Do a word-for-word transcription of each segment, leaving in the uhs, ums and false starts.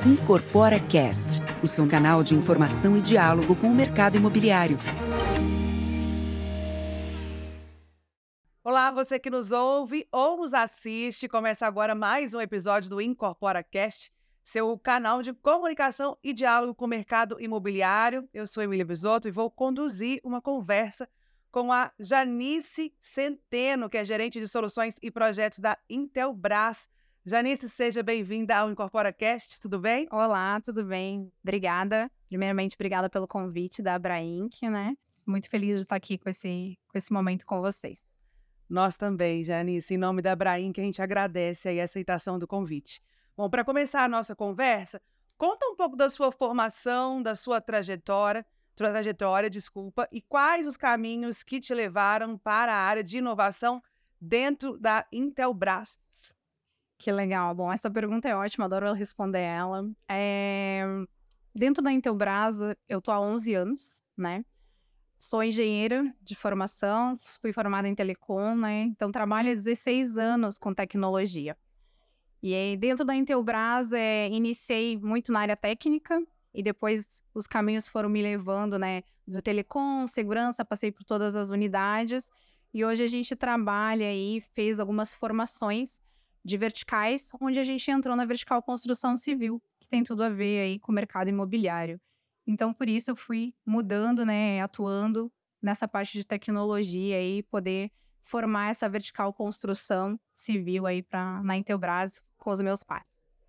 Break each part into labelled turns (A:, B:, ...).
A: Incorpora Cast, o seu canal de informação e diálogo com o mercado imobiliário.
B: Olá, você que nos ouve ou nos assiste. Começa agora mais um episódio do Incorpora Cast, seu canal de comunicação e diálogo com o mercado imobiliário. Eu sou Emília Bisotto e vou conduzir uma conversa com a Janice Centeno, que é gerente de soluções e projetos da Intelbras. Janice, seja bem-vinda ao Incorpora Cast, tudo bem?
C: Olá, tudo bem? Obrigada. Primeiramente, obrigada pelo convite da Abrainc, né? Muito feliz de estar aqui com esse, com esse momento com vocês.
B: Nós também, Janice, em nome da Abrainc, a gente agradece aí a aceitação do convite. Bom, para começar a nossa conversa, conta um pouco da sua formação, da sua trajetória, sua trajetória, desculpa, e quais os caminhos que te levaram para a área de inovação dentro da Intelbras.
C: Que legal. Bom, essa pergunta é ótima, adoro responder ela. É... Dentro da Intelbras, eu estou há onze anos, né? Sou engenheira de formação, fui formada em telecom, né? Então, trabalho há dezesseis anos com tecnologia. E aí, dentro da Intelbras, é, iniciei muito na área técnica e depois os caminhos foram me levando, né? Do telecom, segurança, passei por todas as unidades. E hoje a gente trabalha aí, fez algumas formações de verticais, onde a gente entrou na vertical construção civil, que tem tudo a ver aí com o mercado imobiliário. Então, por isso eu fui mudando, né, atuando nessa parte de tecnologia e poder formar essa vertical construção civil aí pra, na Intelbras com os meus pares.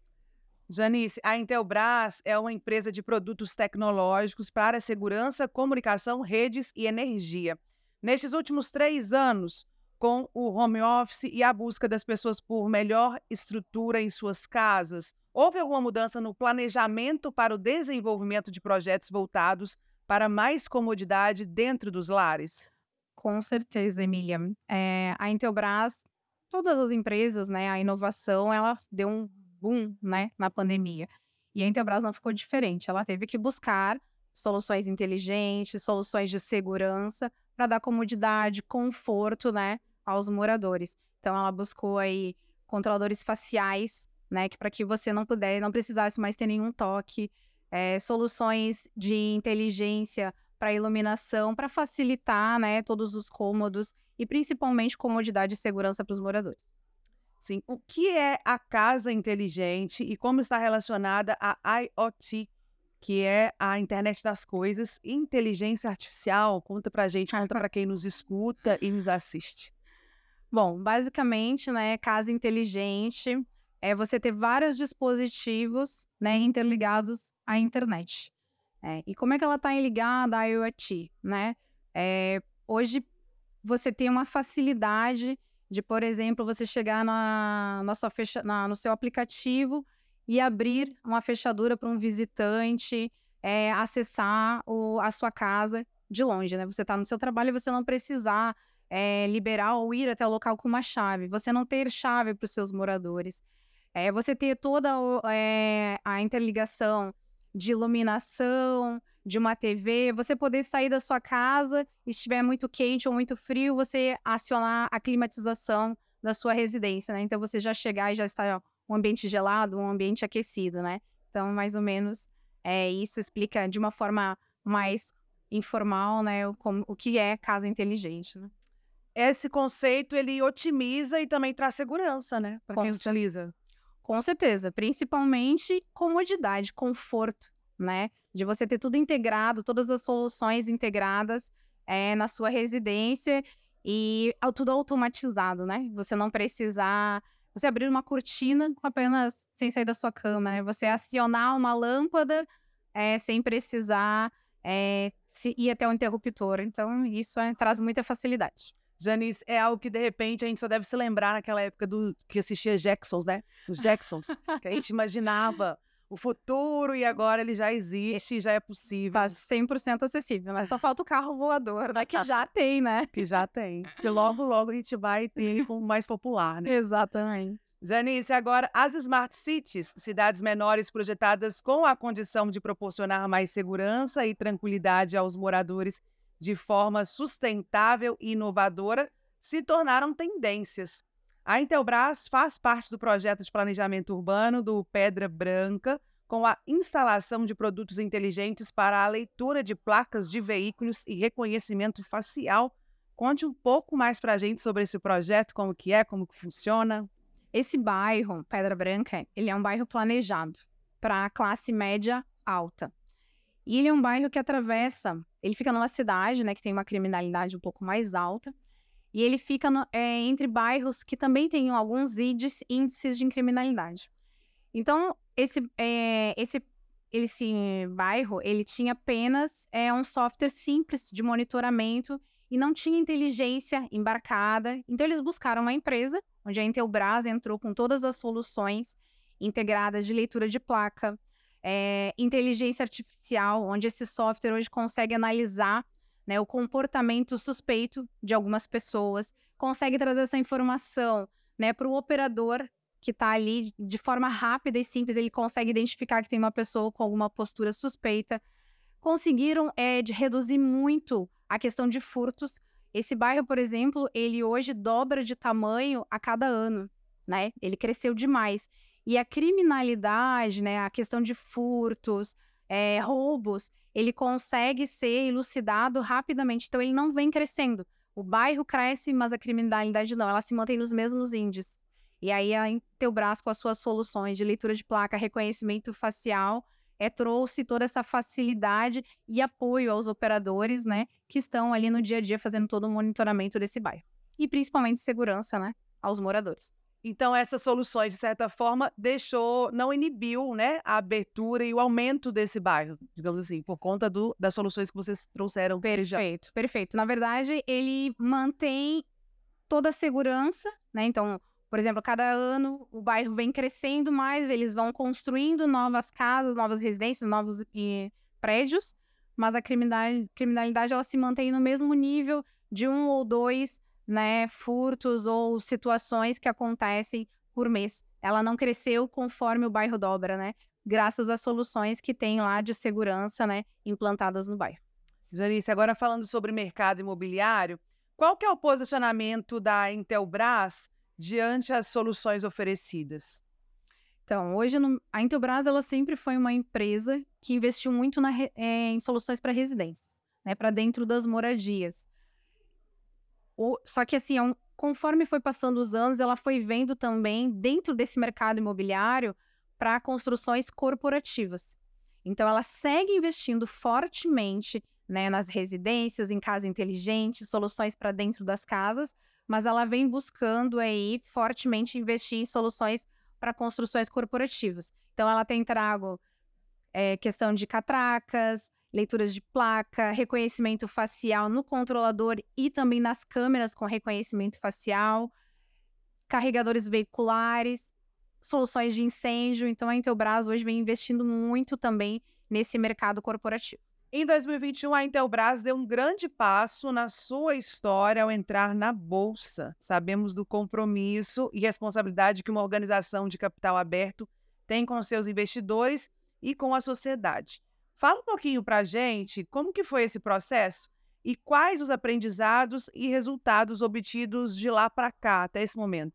B: Janice, a Intelbras é uma empresa de produtos tecnológicos para segurança, comunicação, redes e energia. Nestes últimos três anos, com o home office e a busca das pessoas por melhor estrutura em suas casas, houve alguma mudança no planejamento para o desenvolvimento de projetos voltados para mais comodidade dentro dos lares?
C: Com certeza, Emília. É, a Intelbras, todas as empresas, né, a inovação, ela deu um boom, né, na pandemia. E a Intelbras não ficou diferente. Ela teve que buscar soluções inteligentes, soluções de segurança para dar comodidade, conforto, né, aos moradores. Então, ela buscou aí controladores faciais, né, que para que você não puder, não precisasse mais ter nenhum toque, é, soluções de inteligência para iluminação, para facilitar, né, todos os cômodos e principalmente comodidade e segurança para os moradores.
B: Sim, o que é a casa inteligente e como está relacionada a IoT, que é a internet das coisas, inteligência artificial? Conta pra gente, conta para quem nos escuta e nos assiste.
C: Bom, basicamente, né, casa inteligente é você ter vários dispositivos, né, interligados à internet. É, e como é que ela está ligada à IoT, né? É, hoje você tem uma facilidade de, por exemplo, você chegar na, na sua fecha, na, no seu aplicativo e abrir uma fechadura para um visitante é, acessar o, a sua casa de longe, né? Você está no seu trabalho e você não precisar é, liberar ou ir até o local com uma chave. Você não ter chave para os seus moradores. É, você ter toda o, é, a interligação de iluminação, de uma T V, você poder sair da sua casa e estiver muito quente ou muito frio, você acionar a climatização da sua residência, né? Então, você já chegar e já estar ó, um ambiente gelado, um ambiente aquecido, né? Então, mais ou menos, é, isso explica de uma forma mais informal, né, o, como, o que é casa inteligente, né?
B: Esse conceito, ele otimiza e também traz segurança, né, para quem
C: Com cer-
B: utiliza.
C: Com certeza, principalmente comodidade, conforto, né? De você ter tudo integrado, todas as soluções integradas é, na sua residência e au- tudo automatizado, né? Você não precisar, você abrir uma cortina com apenas sem sair da sua cama, né? Você acionar uma lâmpada é, sem precisar é, se ir até o interruptor. Então, isso é, traz muita facilidade.
B: Janice, é algo que de repente a gente só deve se lembrar naquela época do que assistia Jacksons, né? Os Jacksons, que a gente imaginava o futuro e agora ele já existe, já é possível,
C: Tá cem por cento acessível, né? Só falta o carro voador, né? Que já tem, né?
B: que já tem. Que logo, logo a gente vai ter ele como mais popular, né?
C: Exatamente.
B: Janice, agora as Smart Cities, cidades menores projetadas com a condição de proporcionar mais segurança e tranquilidade aos moradores de forma sustentável e inovadora, se tornaram tendências. A Intelbras faz parte do projeto de planejamento urbano do Pedra Branca, com a instalação de produtos inteligentes para a leitura de placas de veículos e reconhecimento facial. Conte um pouco mais para a gente sobre esse projeto, como que é, como que funciona.
C: Esse bairro, Pedra Branca, ele é um bairro planejado para a classe média alta. E ele é um bairro que atravessa, ele fica numa cidade, né, que tem uma criminalidade um pouco mais alta, e ele fica no, é, entre bairros que também têm alguns índices, índices de criminalidade. Então, esse, é, esse, esse bairro, ele tinha apenas é, um software simples de monitoramento e não tinha inteligência embarcada. Então, eles buscaram uma empresa, onde a Intelbras entrou com todas as soluções integradas de leitura de placa, é, inteligência artificial, onde esse software hoje consegue analisar, né, o comportamento suspeito de algumas pessoas, consegue trazer essa informação, né, para o operador que está ali de forma rápida e simples, ele consegue identificar que tem uma pessoa com alguma postura suspeita. Conseguiram é, de reduzir muito a questão de furtos. Esse bairro, por exemplo, ele hoje dobra de tamanho a cada ano, né? Ele cresceu demais. E a criminalidade, né, a questão de furtos, é, roubos, ele consegue ser elucidado rapidamente. Então, ele não vem crescendo. O bairro cresce, mas a criminalidade não. Ela se mantém nos mesmos índices. E aí, a Intelbras, com as suas soluções de leitura de placa, reconhecimento facial, é, trouxe toda essa facilidade e apoio aos operadores, né, que estão ali no dia a dia fazendo todo o monitoramento desse bairro. E principalmente segurança, né, aos moradores.
B: Então, essas soluções, de certa forma, deixou, não inibiu, né, a abertura e o aumento desse bairro, digamos assim, por conta do, das soluções que vocês trouxeram.
C: Perfeito, já. perfeito. Na verdade, ele mantém toda a segurança, né? Então, por exemplo, cada ano o bairro vem crescendo mais, eles vão construindo novas casas, novas residências, novos e, prédios, mas a criminalidade, criminalidade ela se mantém no mesmo nível de um ou dois, né, furtos ou situações que acontecem por mês. Ela não cresceu conforme o bairro dobra, né? Graças às soluções que tem lá de segurança, né, implantadas no bairro.
B: Janice, agora falando sobre mercado imobiliário, qual que é o posicionamento da Intelbras diante as soluções oferecidas?
C: Então, hoje no, a Intelbras ela sempre foi uma empresa que investiu muito na, é, em soluções para residências, né, para dentro das moradias. O, só que assim, um, conforme foi passando os anos, ela foi vendo também dentro desse mercado imobiliário para construções corporativas. Então, ela segue investindo fortemente, né, nas residências, em casa inteligente, soluções para dentro das casas, mas ela vem buscando aí fortemente investir em soluções para construções corporativas. Então, ela tem trago é, questão de catracas, leituras de placa, reconhecimento facial no controlador e também nas câmeras com reconhecimento facial, carregadores veiculares, soluções de incêndio. Então, a Intelbras hoje vem investindo muito também nesse mercado corporativo.
B: Em dois mil e vinte e um, a Intelbras deu um grande passo na sua história ao entrar na Bolsa. Sabemos do compromisso e responsabilidade que uma organização de capital aberto tem com seus investidores e com a sociedade. Fala um pouquinho para a gente como que foi esse processo e quais os aprendizados e resultados obtidos de lá para cá, até esse momento.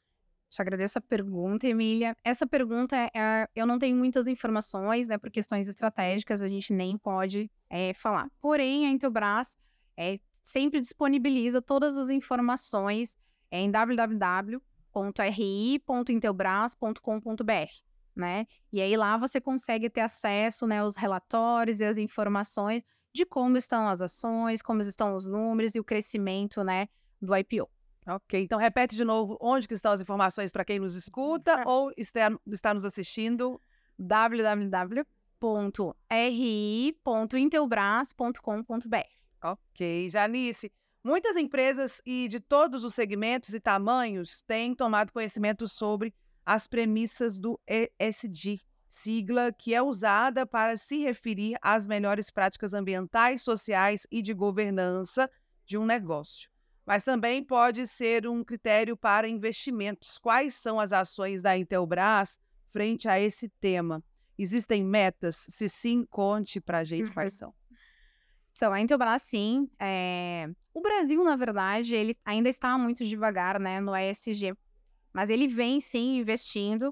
C: Te agradeço a pergunta, Emília. Essa pergunta, é, eu não tenho muitas informações, né, por questões estratégicas, a gente nem pode é, falar. Porém, a Intelbras é, sempre disponibiliza todas as informações é, em w w w ponto r i ponto intelbras ponto com ponto b r, né? E aí lá você consegue ter acesso, né, aos relatórios e as informações de como estão as ações, como estão os números e o crescimento, né, do I P O.
B: Ok, então repete de novo onde que estão as informações para quem nos escuta ou está, está nos assistindo.
C: w w w ponto r i ponto intelbras ponto com ponto b r.
B: Ok, Janice, muitas empresas e de todos os segmentos e tamanhos têm tomado conhecimento sobre as premissas do E S G, sigla que é usada para se referir às melhores práticas ambientais, sociais e de governança de um negócio. Mas também pode ser um critério para investimentos. Quais são as ações da Intelbras frente a esse tema? Existem metas? Se sim, conte para a gente quais são.
C: Então, a Intelbras, sim. É... O Brasil, na verdade, ele ainda está muito devagar, né, no E S G. Mas ele vem, sim, investindo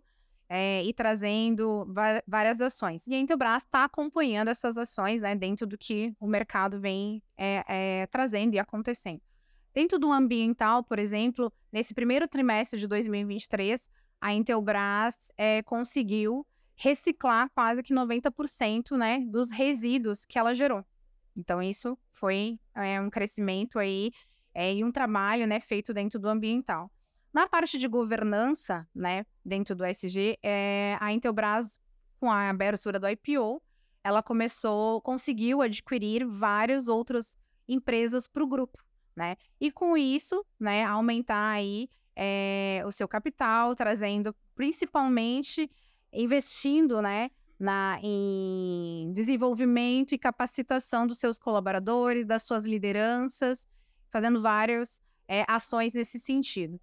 C: é, e trazendo várias ações. E a Intelbras está acompanhando essas ações, né, dentro do que o mercado vem é, é, trazendo e acontecendo. Dentro do ambiental, por exemplo, nesse primeiro trimestre de dois mil e vinte e três, a Intelbras é, conseguiu reciclar quase que noventa por cento, né, dos resíduos que ela gerou. Então, isso foi é, um crescimento aí é, e um trabalho, né, feito dentro do ambiental. Na parte de governança, né, dentro do E S G, é, a Intelbras, com a abertura do I P O, ela começou, conseguiu adquirir várias outras empresas para o grupo, né? E com isso, né, aumentar aí é, o seu capital, trazendo principalmente, investindo, né, na, em desenvolvimento e capacitação dos seus colaboradores, das suas lideranças, fazendo várias é, ações nesse sentido.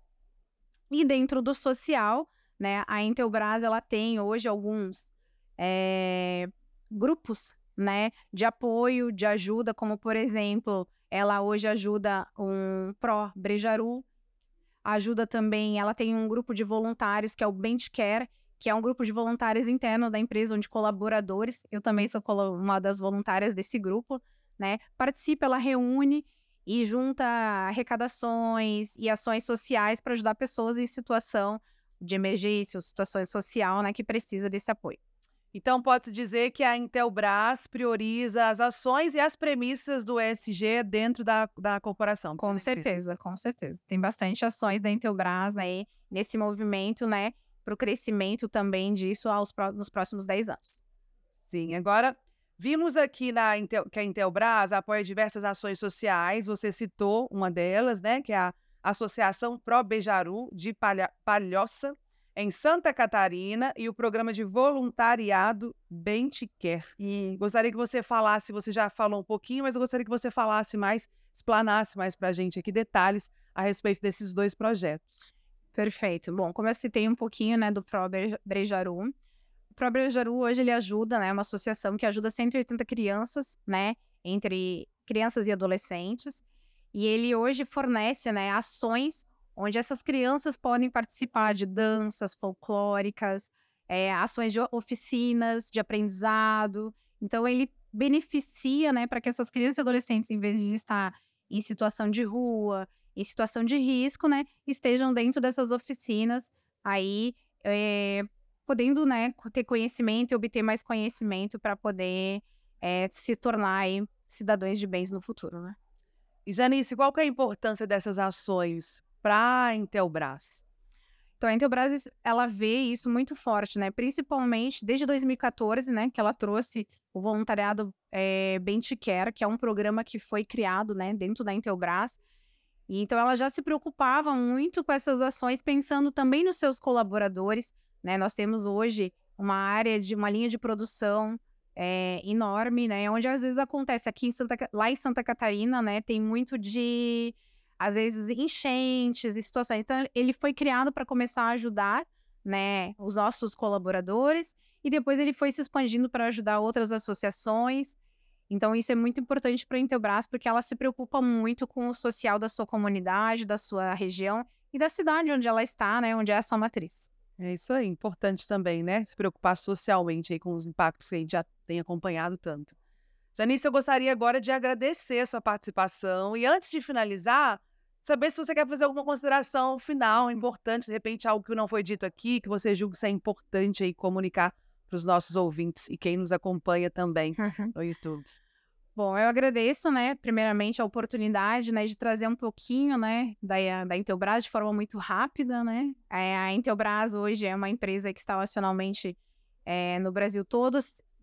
C: E dentro do social, né, a Intelbras ela tem hoje alguns é, grupos, né, de apoio, de ajuda, como por exemplo, ela hoje ajuda um Pro Brejaru, ajuda também, ela tem um grupo de voluntários que é o Benchcare, que é um grupo de voluntários interno da empresa, onde colaboradores, eu também sou uma das voluntárias desse grupo, né, participa, ela reúne e junta arrecadações e ações sociais para ajudar pessoas em situação de emergência ou situação social, né, que precisa desse apoio.
B: Então, pode-se dizer que a Intelbras prioriza as ações e as premissas do E S G dentro da, da corporação.
C: Com certeza, com certeza. Tem bastante ações da Intelbras, né, nesse movimento, né, para o crescimento também disso aos, nos próximos dez anos.
B: Sim, agora... Vimos aqui na Intel, que a Intelbras apoia diversas ações sociais, você citou uma delas, né, que é a Associação Pro Brejaru de Palha, Palhoça, em Santa Catarina, e o programa de voluntariado Benchcare. E gostaria que você falasse, você já falou um pouquinho, mas eu gostaria que você falasse mais, explanasse mais para a gente aqui detalhes a respeito desses dois projetos.
C: Perfeito. Bom, como eu citei um pouquinho, né, do Pro Brejaru, o Pro Brejaru hoje ele ajuda, né, uma associação que ajuda cento e oitenta crianças, né, entre crianças e adolescentes, e ele hoje fornece, né, ações onde essas crianças podem participar de danças folclóricas, é, ações de oficinas, de aprendizado. Então ele beneficia, né, para que essas crianças e adolescentes, em vez de estar em situação de rua, em situação de risco, né, estejam dentro dessas oficinas aí, é, podendo, né, ter conhecimento e obter mais conhecimento para poder é, se tornar aí, cidadãos de bens no futuro, né?
B: E Janice, qual que é a importância dessas ações para a Intelbras?
C: Então, a Intelbras, ela vê isso muito forte, né? Principalmente desde dois mil e quatorze, né, que ela trouxe o voluntariado é, Benchcare, que é um programa que foi criado, né, dentro da Intelbras. E então, ela já se preocupava muito com essas ações, pensando também nos seus colaboradores, né? Nós temos hoje uma área de uma linha de produção é, enorme, né? Onde às vezes acontece aqui em Santa, lá em Santa Catarina, né? Tem muito de, às vezes, enchentes e situações. Então, ele foi criado para começar a ajudar, né, os nossos colaboradores, e depois ele foi se expandindo para ajudar outras associações. Então, isso é muito importante para a Intelbras, porque ela se preocupa muito com o social da sua comunidade, da sua região e da cidade onde ela está, né? Onde é a sua matriz.
B: É isso aí, importante também, né? Se preocupar socialmente aí com os impactos que a gente já tem acompanhado tanto. Janice, eu gostaria agora de agradecer a sua participação e antes de finalizar, saber se você quer fazer alguma consideração final, importante, de repente algo que não foi dito aqui, que você julga ser importante aí comunicar para os nossos ouvintes e quem nos acompanha também no YouTube.
C: Bom, eu agradeço, né, primeiramente a oportunidade, né, de trazer um pouquinho, né, da, da Intelbras de forma muito rápida, né. É, a Intelbras hoje é uma empresa que está nacionalmente é, no Brasil todo,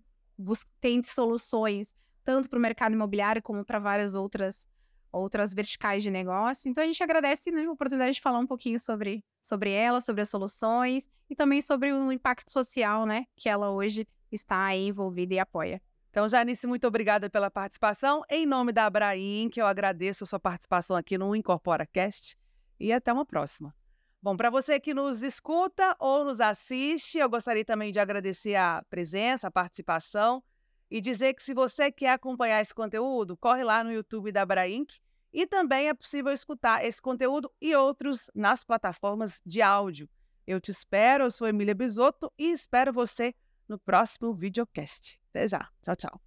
C: tem soluções tanto para o mercado imobiliário como para várias outras, outras verticais de negócio. Então, a gente agradece, né, a oportunidade de falar um pouquinho sobre, sobre ela, sobre as soluções e também sobre o impacto social, né, que ela hoje está aí envolvida e apoia.
B: Então, Janice, muito obrigada pela participação. Em nome da Abraim, que eu agradeço a sua participação aqui no IncorporaCast e até uma próxima. Bom, para você que nos escuta ou nos assiste, eu gostaria também de agradecer a presença, a participação e dizer que se você quer acompanhar esse conteúdo, corre lá no YouTube da Abraim e também é possível escutar esse conteúdo e outros nas plataformas de áudio. Eu te espero, eu sou Emília Bisotto e espero você no próximo videocast. Até já. Tchau, tchau.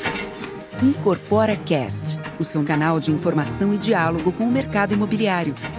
A: Incorpora Cast, o seu canal de informação e diálogo com o mercado imobiliário.